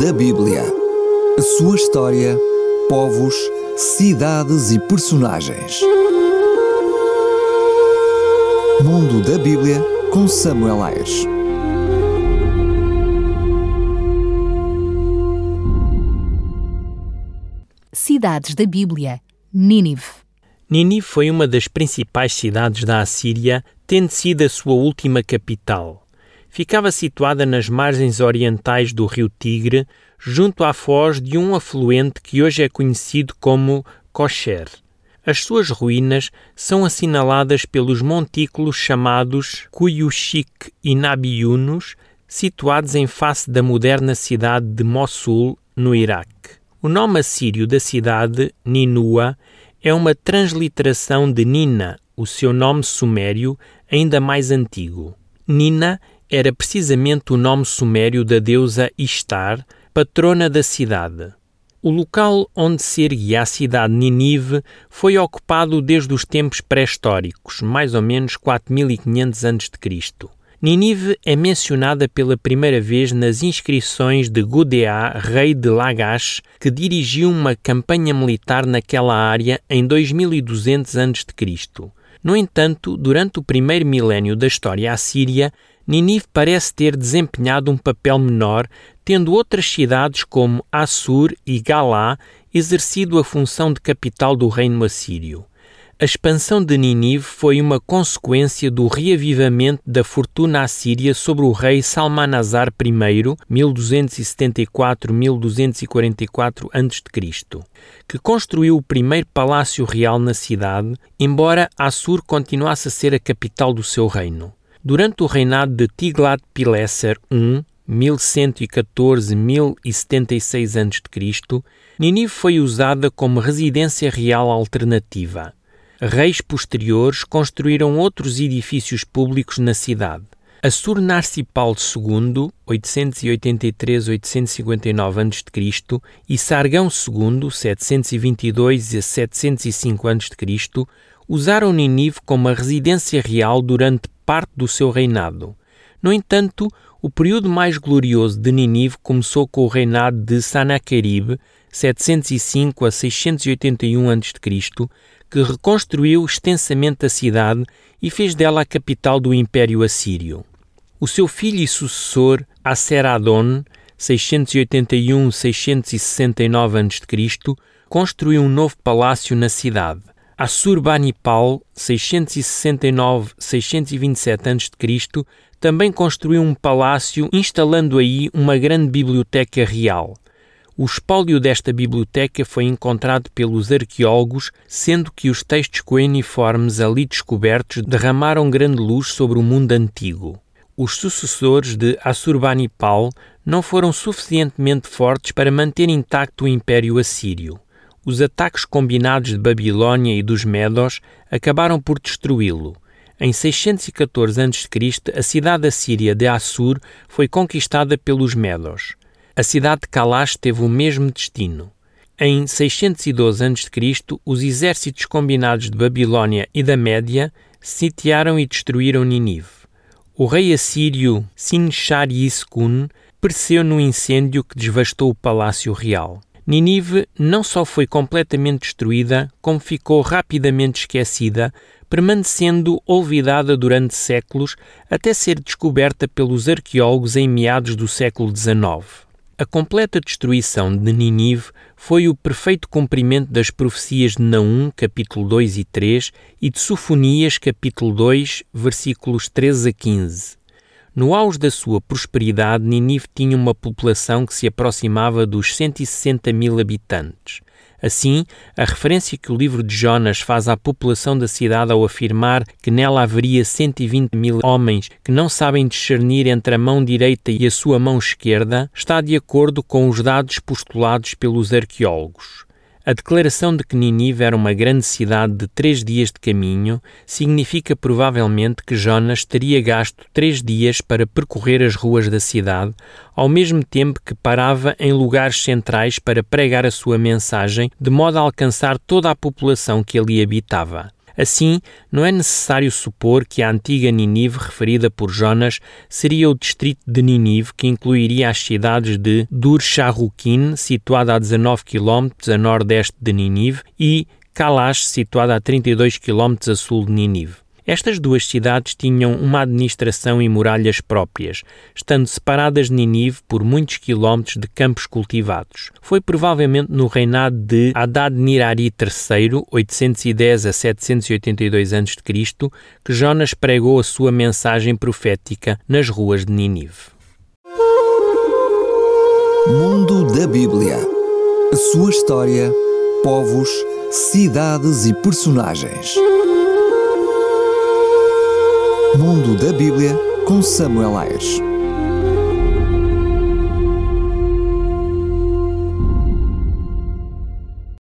da Bíblia. A sua história, povos, cidades e personagens. Mundo da Bíblia com Samuel Ayres. Cidades da Bíblia. Nínive. Nínive foi uma das principais cidades da Assíria, tendo sido a sua última capital. Ficava situada nas margens orientais do rio Tigre, junto à foz de um afluente que hoje é conhecido como Kosher. As suas ruínas são assinaladas pelos montículos chamados Kuyushik e Nabi Yunus, situados em face da moderna cidade de Mossul, no Iraque. O nome assírio da cidade, Ninua, é uma transliteração de Nina, o seu nome sumério ainda mais antigo. Nina era precisamente o nome sumério da deusa Ishtar, patrona da cidade. O local onde se erguia a cidade Nínive foi ocupado desde os tempos pré-históricos, mais ou menos 4500 a.C. Nínive é mencionada pela primeira vez nas inscrições de Gudea, rei de Lagash, que dirigiu uma campanha militar naquela área em 2200 a.C. No entanto, durante o primeiro milénio da história assíria, Nínive parece ter desempenhado um papel menor, tendo outras cidades como Assur e Galá exercido a função de capital do reino assírio. A expansão de Nínive foi uma consequência do reavivamento da fortuna assíria sobre o rei Salmanasar I, 1274-1244 a.C., que construiu o primeiro palácio real na cidade, embora Assur continuasse a ser a capital do seu reino. Durante o reinado de Tiglat-Pileser I, 1114-1076 a.C., Nínive foi usada como residência real alternativa. Reis posteriores construíram outros edifícios públicos na cidade. Assur-Narsipal II, 883-859 a.C., e Sargão II, 722-705 a.C., usaram Nínive como a residência real durante parte do seu reinado. No entanto, o período mais glorioso de Nínive começou com o reinado de Sanaquerib, 705 a 681 a.C., que reconstruiu extensamente a cidade e fez dela a capital do Império Assírio. O seu filho e sucessor, Asseradon, 681-669 a.C., construiu um novo palácio na cidade. Assurbanipal, 669-627 a.C., também construiu um palácio, instalando aí uma grande biblioteca real. O espólio desta biblioteca foi encontrado pelos arqueólogos, sendo que os textos coeniformes ali descobertos derramaram grande luz sobre o mundo antigo. Os sucessores de Assurbanipal não foram suficientemente fortes para manter intacto o Império Assírio. Os ataques combinados de Babilónia e dos Medos acabaram por destruí-lo. Em 614 a.C., a cidade assíria de Assur foi conquistada pelos Medos. A cidade de Kalash teve o mesmo destino. Em 612 a.C., os exércitos combinados de Babilónia e da Média sitiaram e destruíram Nínive. O rei assírio Sin-Shar-Yiskun pereceu no incêndio que devastou o palácio real. Nínive não só foi completamente destruída, como ficou rapidamente esquecida, permanecendo olvidada durante séculos até ser descoberta pelos arqueólogos em meados do século XIX. A completa destruição de Nínive foi o perfeito cumprimento das profecias de Naum, capítulo 2 e 3, e de Sofonias, capítulo 2, versículos 13 a 15. No auge da sua prosperidade, Nínive tinha uma população que se aproximava dos 160 mil habitantes. Assim, a referência que o livro de Jonas faz à população da cidade ao afirmar que nela haveria 120 mil homens que não sabem discernir entre a mão direita e a sua mão esquerda, está de acordo com os dados postulados pelos arqueólogos. A declaração de que Nínive era uma grande cidade de 3 dias de caminho significa provavelmente que Jonas teria gasto 3 dias para percorrer as ruas da cidade, ao mesmo tempo que parava em lugares centrais para pregar a sua mensagem, de modo a alcançar toda a população que ali habitava. Assim, não é necessário supor que a antiga Nínive referida por Jonas seria o distrito de Nínive, que incluiria as cidades de Dur-Sharrukin, situada a 19 km a nordeste de Nínive, e Kalash, situada a 32 km a sul de Nínive. Estas duas cidades tinham uma administração e muralhas próprias, estando separadas de Nínive por muitos quilómetros de campos cultivados. Foi provavelmente no reinado de Adad-Nirari III, 810 a 782 a.C., que Jonas pregou a sua mensagem profética nas ruas de Nínive. Mundo da Bíblia. A sua história, povos, cidades e personagens. Mundo da Bíblia com Samuel Ayres.